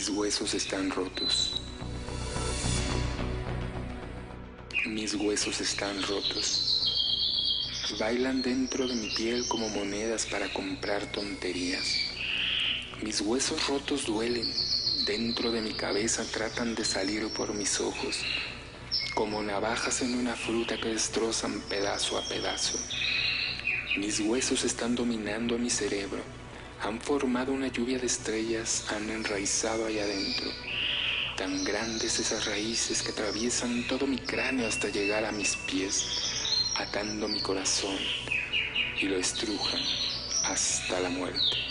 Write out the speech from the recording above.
Mis huesos están rotos. Mis huesos están rotos. Bailan dentro de mi piel como monedas para comprar tonterías. Mis huesos rotos duelen. Dentro de mi cabeza tratan de salir por mis ojos, como navajas en una fruta que destrozan pedazo a pedazo. Mis huesos están dominando a mi cerebro. Han formado una lluvia de estrellas, han enraizado ahí adentro. Tan grandes esas raíces que atraviesan todo mi cráneo hasta llegar a mis pies, atando mi corazón y lo estrujan hasta la muerte.